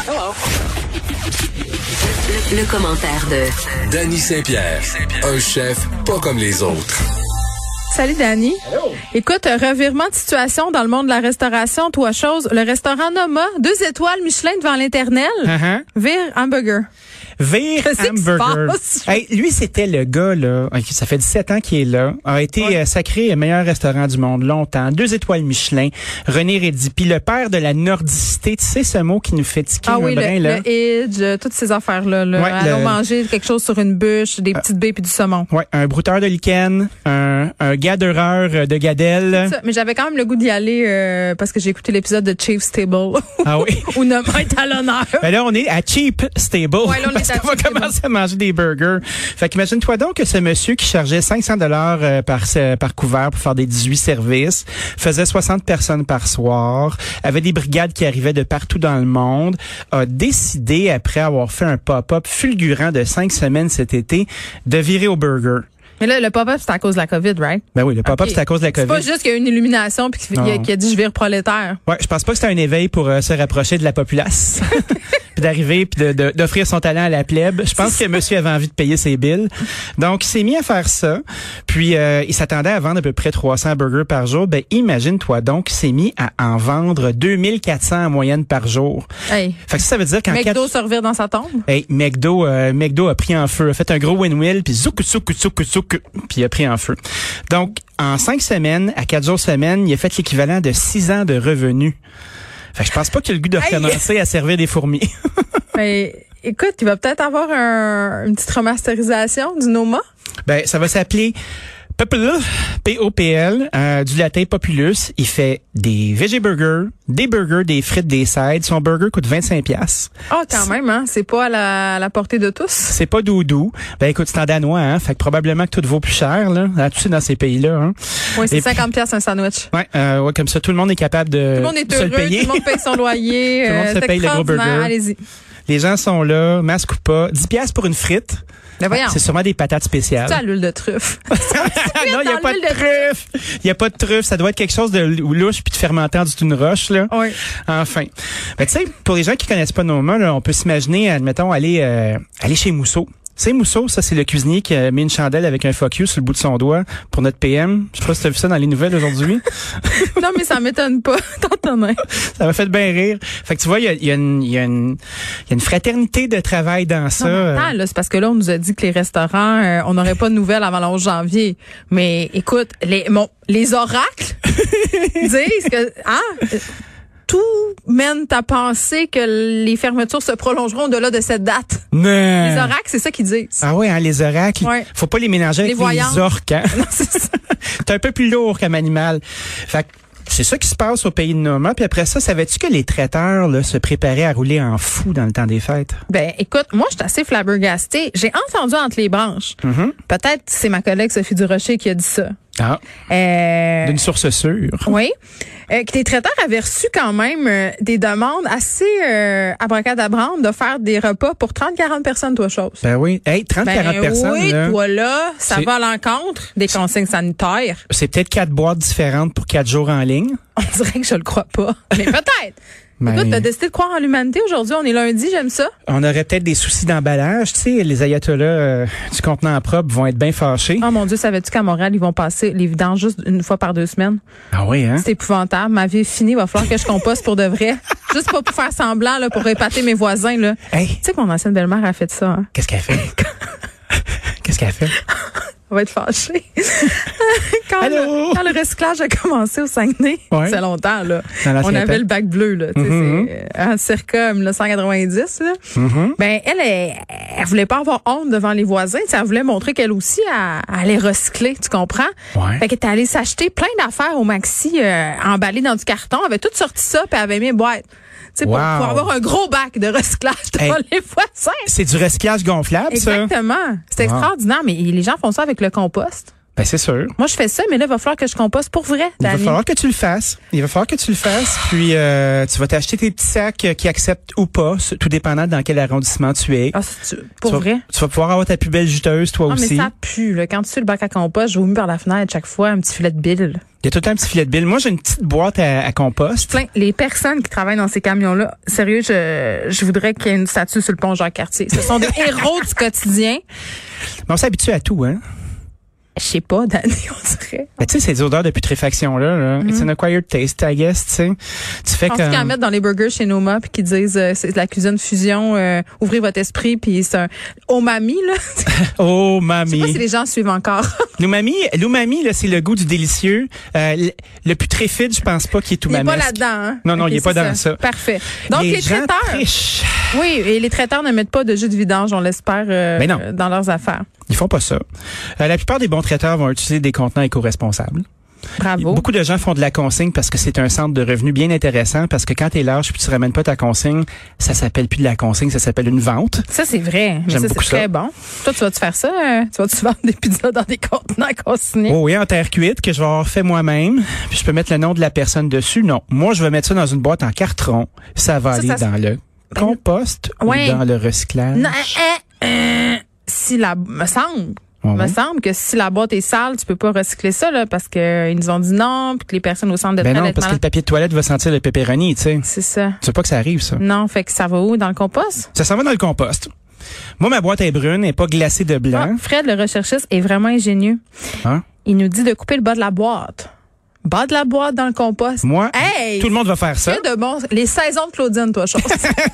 Le commentaire de Danny Saint-Pierre, un chef pas comme les autres. Salut Danny. Hello. Écoute, revirement de situation dans le monde de la restauration. Toi, chose, le restaurant Noma, 2 étoiles Michelin devant l'internel, vire hamburger. Vire Hamburger. Hey, lui, c'était le gars, là, ça fait 17 ans qu'il est là, a été sacré meilleur restaurant du monde longtemps, 2 étoiles Michelin, René Redzepi, le père de la nordicité, tu sais ce mot qui nous fait tiquer un brin, là? Le edge, toutes ces affaires-là. Allons manger quelque chose sur une bûche, des petites baies puis du saumon. Ouais, un brouteur de lichen, un gadereur de gadelle. Ça, mais j'avais quand même le goût d'y aller parce que j'ai écouté l'épisode de Chief's Table. Ah oui? Où Noma est à l'honneur. Ben là, on est à Cheap Stable. Ouais, là, parce qu'on va commencer à manger des burgers. Fait qu'imagine-toi donc que ce monsieur qui chargeait $500 par couvert pour faire des 18 services, faisait 60 personnes par soir, avait des brigades qui arrivaient de partout dans le monde, a décidé, après avoir fait un pop-up fulgurant de 5 semaines cet été, de virer au burger. Mais là, le pop-up, c'est à cause de la COVID, right? Ben oui, le pop-up, c'est à cause de la COVID. C'est pas juste qu'il y a eu une illumination puis qu'il a dit « je vire prolétaire ». Ouais, je pense pas que c'était un éveil pour se rapprocher de la populace. Puis d'arriver puis d'offrir son talent à la plèbe. Je pense que monsieur avait envie de payer ses billes. Donc, il s'est mis à faire ça. Puis, il s'attendait à vendre à peu près 300 burgers par jour. Ben, imagine-toi donc, il s'est mis à en vendre 2400 en moyenne par jour. Hey. Fait que ça veut dire qu'en McDo se revire dans sa tombe. Hey, McDo a pris en feu, a fait un gros win-wheel, puis zouk, puis il a pris en feu. Donc, en 5 semaines, à 4 jours semaine, il a fait l'équivalent de 6 ans de revenus. Fait que je pense pas qu'il a le goût de recommencer à servir des fourmis. Ben, écoute, il va peut-être avoir une petite remasterisation du Noma. Ben, ça va s'appeler P-O-P-L, du latin Populus. Il fait des veggie burgers, des frites, des sides. Son burger coûte 25$. Ah, quand même, hein? C'est pas à la portée de tous. C'est pas doudou. Ben, écoute, c'est en danois, hein? Fait que probablement que tout vaut plus cher, là. Tu sais, dans ces pays-là, hein? Oui, c'est 50$ un sandwich. Ouais, comme ça, tout le monde est capable de tout le monde est se heureux, le payer. tout le monde paye son loyer. Tout le monde se paye le gros burger. Allez-y. Les gens sont là, masque ou pas. 10$ pour une frite. Mais voyons. C'est sûrement des patates spéciales. C'est à l'huile de truffe. Non, il n'y a pas de truffe. Il n'y a pas de truffe. Ça doit être quelque chose de louche puis de fermentant du tout une roche, là. Oui. Enfin. Ben, tu sais, pour les gens qui connaissent pas Noma, là, on peut s'imaginer, admettons, aller chez Mousseau. C'est Mousseau, ça, c'est le cuisinier qui a mis une chandelle avec un fuck you sur le bout de son doigt pour notre PM. Je sais pas si t'as vu ça dans les nouvelles aujourd'hui. Non, mais ça m'étonne pas. T'entends? Ça m'a fait bien rire. Fait que tu vois, il y a une fraternité de travail dans ça. Non, mais attends, là, c'est parce que là, on nous a dit que les restaurants, on n'aurait pas de nouvelles avant le 11 janvier. Mais écoute, les oracles disent que, tout mène à penser que les fermetures se prolongeront au-delà de cette date. Non. Les oracles, c'est ça qu'ils disent. Ah ouais, hein, les oracles. Ouais. Faut pas les mélanger avec les orques, hein. Non, c'est ça. C'est un peu plus lourd comme animal. Fait que c'est ça qui se passe au pays de Noma. Puis après ça, savais-tu que les traiteurs là, se préparaient à rouler en fou dans le temps des fêtes? Ben, écoute, moi, je suis assez flabbergastée. J'ai entendu entre les branches. Mm-hmm. Peut-être c'est ma collègue Sophie Durocher qui a dit ça. Ah. D'une source sûre. Oui. Que les traiteurs avaient reçu quand même des demandes assez abracadabrantes de faire des repas pour 30-40 personnes, toi, chose. Ben oui. Hey, 30-40 personnes. Oui, là, toi là, ça va à l'encontre des consignes sanitaires. C'est peut-être 4 boîtes différentes pour 4 jours en ligne. On dirait que je le crois pas. Mais peut-être. Ben, écoute, t'as décidé de croire en l'humanité aujourd'hui. On est lundi, j'aime ça. On aurait peut-être des soucis d'emballage. Tu sais, les ayatollahs du contenant propre vont être bien fâchés. Oh mon Dieu, savais-tu qu'à Montréal, ils vont passer les vidanges juste une fois par 2 semaines? Ah oui, hein? C'est épouvantable. Ma vie est finie. Il va falloir que je composte pour de vrai. Juste pas pour faire semblant, là, pour épater mes voisins, là. Hey. Tu sais que mon ancienne belle-mère a fait ça, hein? Qu'est-ce qu'elle fait? Qu'est-ce qu'elle fait? On va être fâchés. quand le recyclage a commencé au Saguenay, c'est longtemps, là. On avait le bac bleu, là. C'est circa 1990, là. Ben, elle voulait pas avoir honte devant les voisins. Elle voulait montrer qu'elle aussi, elle allait recycler, tu comprends? Ouais. Fait qu'elle était allée s'acheter plein d'affaires au Maxi, emballées dans du carton. Elle avait tout sorti ça, puis elle avait mis une boîte. Pour avoir un gros bac de recyclage devant les voisins. C'est du recyclage gonflable, Exactement. C'est extraordinaire, mais les gens font ça avec le compost. Ben, c'est sûr. Moi, je fais ça, mais là, il va falloir que je composte pour vrai, Danny. Il va falloir que tu le fasses. Puis, tu vas t'acheter tes petits sacs qui acceptent ou pas, tout dépendant dans quel arrondissement tu es. Ah, pour vrai? Tu vas pouvoir avoir ta plus belle juteuse, toi aussi. Mais ça pue, là. Quand tu sais le bac à compost, je vomis par la fenêtre chaque fois, un petit filet de bile. Il y a tout le temps un petit filet de billes. Moi, j'ai une petite boîte à compost. Les personnes qui travaillent dans ces camions-là, sérieux, je voudrais qu'il y ait une statue sur le pont Jacques-Cartier. Ce sont des héros du quotidien. Mais on s'habitue à tout, hein? Je sais pas, Dani, on dirait. Mais tu sais, ces odeurs de putréfaction-là, it's an acquired taste, I guess, tu sais. Tu fais comme... Je pense qu'ils en mettent dans les burgers chez Noma puis qu'ils disent c'est de la cuisine fusion, ouvrez votre esprit, puis c'est un umami, là. Umami. Je sais pas si les gens suivent encore. L'umami, là, c'est le goût du délicieux. Le putréfide, je pense pas qu'il est umami. Il est pas là-dedans, hein? Non, okay, il est pas dans ça. Parfait. Donc, les gens traiteurs. trichent. Oui, et les traiteurs ne mettent pas de jus de vidange, on l'espère, dans leurs affaires. Ils font pas ça. La plupart des bons traiteurs vont utiliser des contenants éco-responsables. Bravo. Beaucoup de gens font de la consigne parce que c'est un centre de revenus bien intéressant, parce que quand t'es large puis tu ramènes pas ta consigne, ça s'appelle plus de la consigne, ça s'appelle une vente. Ça, c'est vrai. Mais ça, c'est très bon. Toi, tu vas-tu faire ça? Tu vas-tu vendre des pizzas dans des contenants consignés? Oh oui, en terre cuite, que je vais avoir fait moi-même. Puis je peux mettre le nom de la personne dessus. Non. Moi, je vais mettre ça dans une boîte en carton. Ça va aller dans le compost ou dans le recyclage. Non, me semble que si la boîte est sale, tu peux pas recycler ça, là, parce que ils nous ont dit non, puis que les personnes au centre de toilette. Non, parce que le papier de toilette va sentir le pepperoni, tu sais. C'est ça. Tu veux pas que ça arrive, ça? Non, fait que ça va où? Dans le compost? Ça s'en va dans le compost. Moi, ma boîte est brune, elle est pas glacée de blanc. Fred, le recherchiste, est vraiment ingénieux. Hein? Il nous dit de couper le bas de la boîte. Bas de la boîte dans le compost. Moi, tout le monde va faire ça. De bon. Les saisons de Claudine, toi, chose.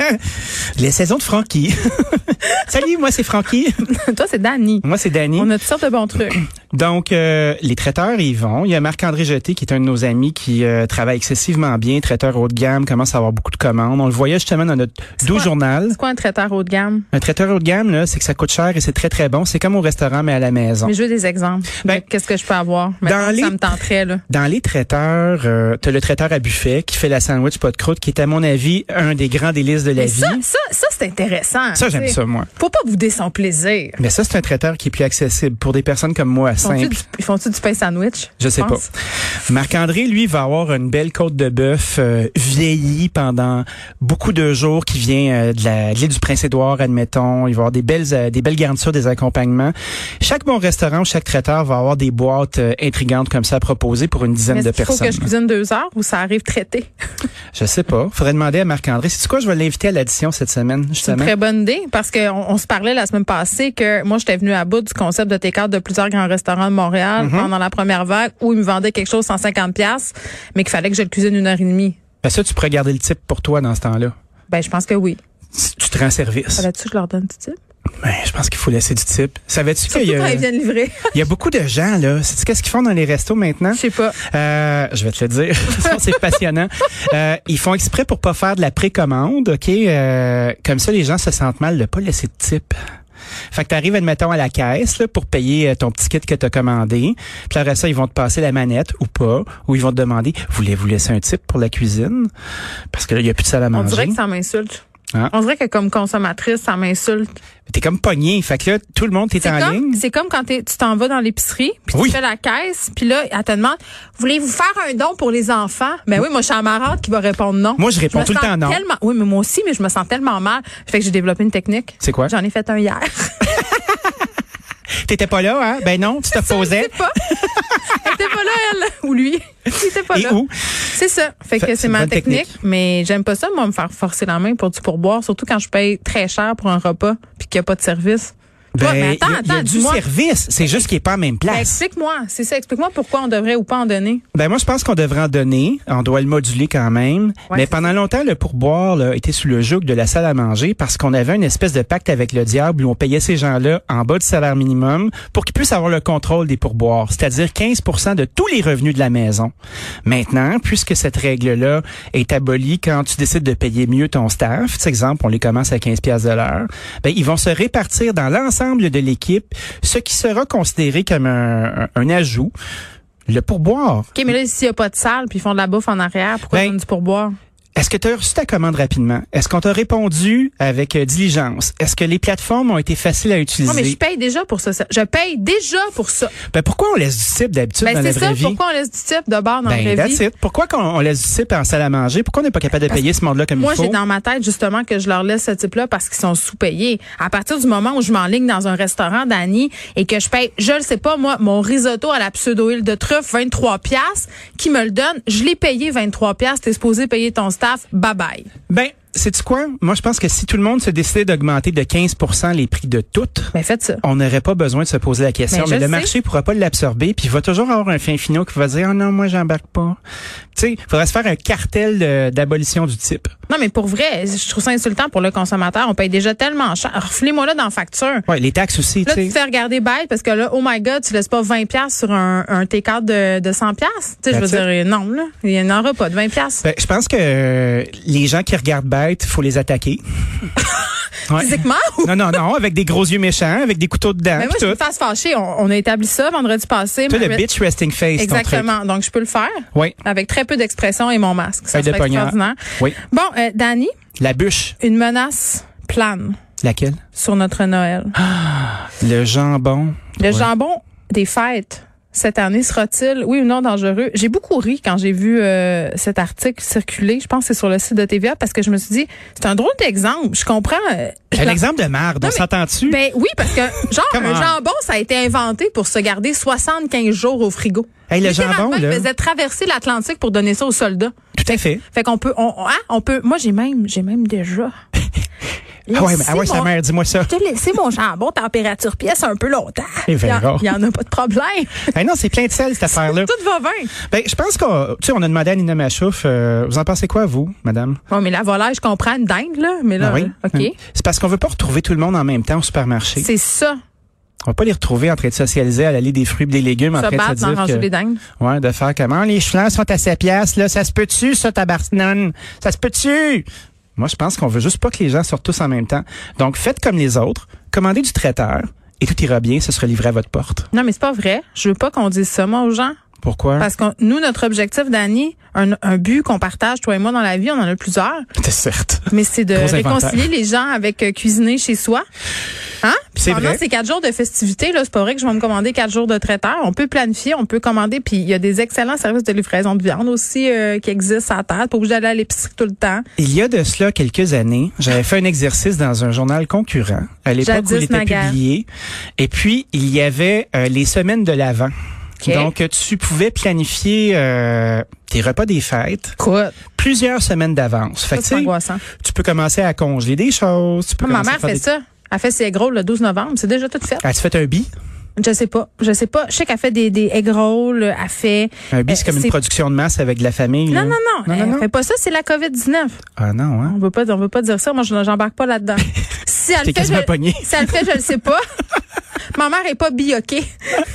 Les saisons de Francky. Salut, moi, c'est Francky. Toi, c'est Dani. Moi, c'est Dani. On a toutes sortes de bons trucs. Donc, les traiteurs, ils vont. Il y a Marc-André Jeté, qui est un de nos amis qui travaille excessivement bien, traiteur haut de gamme, commence à avoir beaucoup de commandes. On le voyait justement dans notre doux journal. C'est quoi un traiteur haut de gamme? Un traiteur haut de gamme, là, c'est que ça coûte cher et c'est très, très bon. C'est comme au restaurant, mais à la maison. Mais je veux des exemples. Qu'est-ce que je peux avoir? Ça me tenterait, là. Dans les traiteurs, t'as le traiteur à buffet qui fait la sandwich pas de croûte, qui est, à mon avis, un des grands délices de la vie. Ça, c'est intéressant. Ça, j'aime ça, moi. Faut pas bouder son plaisir. Mais ça, c'est un traiteur qui est plus accessible pour des personnes comme moi, simple. Ils font-tu du pain sandwich? Je sais pas. Marc-André, lui, va avoir une belle côte de bœuf vieillie pendant beaucoup de jours qui vient de l'île du Prince-Édouard, admettons. Il va avoir des belles garnitures, des accompagnements. Chaque bon restaurant, chaque traiteur va avoir des boîtes intrigantes comme ça à proposer pour une dizaine de personnes. Faut que je cuisine 2 heures ou ça arrive traité? Je sais pas. Faudrait demander à Marc-André. Sais-tu quoi? Je vais l'inviter à l'addition cette semaine, justement. C'est une très bonne idée parce qu'on se parlait la semaine passée que moi, j'étais venue à bout du concept de take-out de plusieurs grands restaurants de Montréal pendant la première vague où ils me vendaient quelque chose 150$, mais qu'il fallait que je le cuisine 1h30. Ben ça, tu pourrais garder le type pour toi dans ce temps-là. Ben, je pense que oui. Tu te rends service. Fallait-tu que je leur donne du type? Ben, je pense qu'il faut laisser du type. Savais-tu qu'il y a... quand ils viennent livrer. Il y a beaucoup de gens, là. Sais-tu qu'est-ce qu'ils font dans les restos maintenant? Je sais pas. Je vais te le dire. C'est passionnant. Ils font exprès pour pas faire de la précommande, OK? Comme ça, les gens se sentent mal de pas laisser de type. Fait que t'arrives, admettons, à la caisse là, pour payer ton petit kit que t'as commandé. Puis après ça, ils vont te passer la manette ou pas, ou ils vont te demander, voulez-vous laisser un type pour la cuisine? Parce que là, il n'y a plus de salle à manger. On dirait que ça m'insulte. Hein? On dirait que comme consommatrice, ça m'insulte. T'es comme pogné. Fait que là, tout le monde t'est en ligne. C'est comme quand tu t'en vas dans l'épicerie, puis tu fais la caisse, puis là, elle te demande, voulez-vous faire un don pour les enfants? Ben oui, moi, je suis la marade qui va répondre non. Moi, je réponds tout le temps non. Oui, mais moi aussi, mais je me sens tellement mal. Fait que j'ai développé une technique. C'est quoi? J'en ai fait un hier. T'étais pas là, hein? Ben non, tu te posais. Elle était pas là, elle. Ou lui. Il était pas là. Où? C'est ça. Fait que c'est ma technique. Mais j'aime pas ça, moi, me faire forcer la main pour du pourboire. Surtout quand je paye très cher pour un repas puis qu'il n'y a pas de service. Ben, mais attends, il y a du service. C'est juste qu'il n'est pas à même place. Ben, explique-moi. C'est ça. Explique-moi pourquoi on devrait ou pas en donner. Ben, moi, je pense qu'on devrait en donner. On doit le moduler quand même. Ouais, mais pendant longtemps, le pourboire, là, était sous le joug de la salle à manger parce qu'on avait une espèce de pacte avec le diable où on payait ces gens-là en bas du salaire minimum pour qu'ils puissent avoir le contrôle des pourboires. C'est-à-dire 15% de tous les revenus de la maison. Maintenant, puisque cette règle-là est abolie quand tu décides de payer mieux ton staff, par exemple, on les commence à 15$ de l'heure, ben, ils vont se répartir dans l'ensemble de l'équipe, ce qui sera considéré comme un ajout, le pourboire. OK, mais là, s'il n'y a pas de salle, puis ils font de la bouffe en arrière, pourquoi ils font du pourboire? Est-ce que tu as reçu ta commande rapidement? Est-ce qu'on t'a répondu avec diligence? Est-ce que les plateformes ont été faciles à utiliser? Non, mais je paye déjà pour ça. Je paye déjà pour ça. Ben, pourquoi on laisse du type d'habitude dans la vraie vie? Pourquoi on laisse du type de bord dans la vraie vie? Pourquoi on laisse du type en salle à manger? Pourquoi on n'est pas capable de payer ce monde-là comme il faut? Moi, j'ai dans ma tête, justement, que je leur laisse ce type-là parce qu'ils sont sous-payés. À partir du moment où je m'enligne dans un restaurant, Dani, et que je paye, je le sais pas, moi, mon risotto à la pseudo-huile de truffe, 23$, qui me le donne, je l'ai payé 23$, t'es supposé payer ton staff, bye-bye. Ben, sais-tu quoi? Moi, je pense que si tout le monde se décidait d'augmenter de 15% les prix de tout, faites ça. On n'aurait pas besoin de se poser la question. Mais le marché pourra pas l'absorber, puis il va toujours avoir un fin finot qui va dire « Oh non, moi, j'embarque pas ». Tu sais, il faudrait se faire un cartel d'abolition du type. Non, mais pour vrai, je trouve ça insultant pour le consommateur. On paye déjà tellement cher. Refilez-moi là dans la facture. Ouais, les taxes aussi, tu sais. Là, tu te fais regarder bête parce que là, oh my God, tu laisses pas 20$ sur un T4 de 100$. Tu sais, je veux dire, non, là, il n'y en aura pas de 20$. Ben, je pense que les gens qui regardent bête, faut les attaquer. Ouais. Physiquement? Ou? Non, avec des gros yeux méchants, avec des couteaux dedans. Mais moi, je me fasse fâcher. On a établi ça vendredi passé. Tu as le bitch resting face. Exactement. Donc, je peux le faire. Oui. Avec très peu d'expression et mon masque. Ça serait extraordinaire. Oui. Bon, Dani. La bûche. Une menace plane. Laquelle? Sur notre Noël. Le jambon. Le jambon des fêtes. Cette année, sera-t-il, oui ou non, dangereux? J'ai beaucoup ri quand j'ai vu cet article circuler. Je pense que c'est sur le site de TVA parce que je me suis dit, c'est un drôle d'exemple. Je comprends. Un exemple de merde, on s'entend-tu? Ben oui, parce que genre un jambon, ça a été inventé pour se garder 75 jours au frigo. Hey, le jambon, là. Il faisait traverser l'Atlantique pour donner ça aux soldats. Tout à fait. Fait qu'on peut, on peut. Moi, j'ai même déjà. Sa mère, dis-moi ça. Je t'ai laissé mon jambon température pièce un peu longtemps. Il y en a pas de problème. Hey non, c'est plein de sel, cette affaire-là. Tout va bien. Ben, je pense qu'on a demandé à Nina Machouf, vous en pensez quoi, vous, madame? Bon, mais la volaille, je comprends, une dingue, là. Mais là, oui. OK. C'est parce qu'on veut pas retrouver tout le monde en même temps au supermarché. C'est ça. On va pas les retrouver en train de socialiser à l'allée des fruits et des légumes, en train de se dire les dingues. Ouais, de faire comment les cheveux sont à 7$, là. Ça se peut-tu, ça, tabarnane? Ça se peut-tu? Moi, je pense qu'on veut juste pas que les gens sortent tous en même temps. Donc, faites comme les autres, commandez du traiteur et tout ira bien, ce sera livré à votre porte. Non, mais c'est pas vrai. Je veux pas qu'on dise ça, moi, aux gens. Pourquoi? Parce que nous, notre objectif, Dani, un but qu'on partage, toi et moi, dans la vie, on en a plusieurs. C'est certes. Mais c'est de réconcilier les gens avec cuisiner chez soi. Hein? Puis pendant ces 4 jours de festivités, là, c'est pas vrai que je vais me commander 4 jours de traiteur. On peut planifier, on peut commander. Puis il y a des excellents services de livraison de viande aussi qui existent à la table. Pas obligé d'aller à l'épicerie tout le temps. Il y a de cela quelques années, j'avais fait un exercice dans un journal concurrent à l'époque où il était publié. Et puis, il y avait les semaines de l'Avent. Okay. Donc, tu pouvais planifier tes repas des fêtes plusieurs semaines d'avance. Fait que c'est angoissant. Tu peux commencer à congeler des choses. Tu peux ma mère fait ça. Elle fait ses egg rolls le 12 novembre. C'est déjà tout fait. As-tu fait un bi? Je sais pas. Je sais qu'elle fait des egg rolls. Elle fait... Un bi, c'est comme une production de masse avec de la famille. Non. Elle fait pas ça, c'est la COVID-19. Ah non, hein? On veut pas dire ça. Moi, j'embarque pas là-dedans. Si elle le fait, je le sais pas. Ma mère est pas bioquée.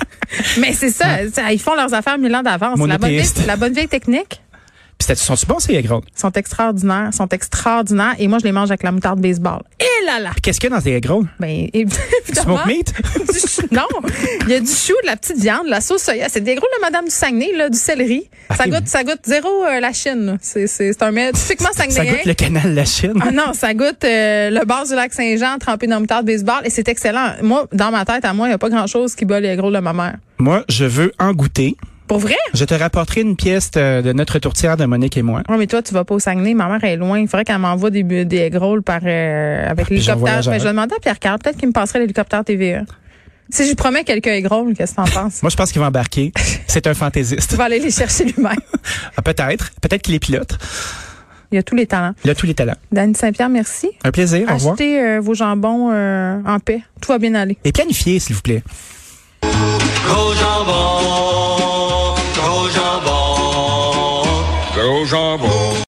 Mais c'est ça, ils font leurs affaires 1000 ans d'avance. La bonne vieille technique. Puis sont-ils bons, ces egg rolls? Ils sont extraordinaires. Et moi, je les mange avec la moutarde baseball. Et là là! Puis qu'est-ce qu'il y a dans tes egg rolls? Ben, évidemment. Smoke meat? Non. Il y a du chou, de la petite viande, de la sauce soya. C'est des egg rolls de Madame du Saguenay, là, du céleri. Okay, ça goûte zéro la Chine, là. C'est un mets typiquement saguenayen. Ça goûte le canal La Chine. Ah non, ça goûte le bord du lac Saint-Jean trempé dans la moutarde baseball. Et c'est excellent. Moi, dans ma tête, il n'y a pas grand-chose qui bat les egg rolls de ma mère. Moi, je veux en goûter. Pour vrai? Je te rapporterai une pièce de notre tourtière de Monique et moi. Oui, mais toi, tu vas pas au Saguenay. Ma mère est loin. Il faudrait qu'elle m'envoie des egg rolls avec l'hélicoptère. Je vais demander à Pierre Carl, peut-être qu'il me passerait l'hélicoptère TVA. Si je lui promets quelques egg rolls, qu'est-ce que t'en penses? Moi, je pense qu'il va embarquer. C'est un fantaisiste. Tu vas aller les chercher lui-même. Peut-être. Peut-être qu'il est pilote. Il a tous les talents. Dani Saint-Pierre, merci. Un plaisir. Au revoir. Achetez vos jambons en paix. Tout va bien aller. Et planifiez, s'il vous plaît.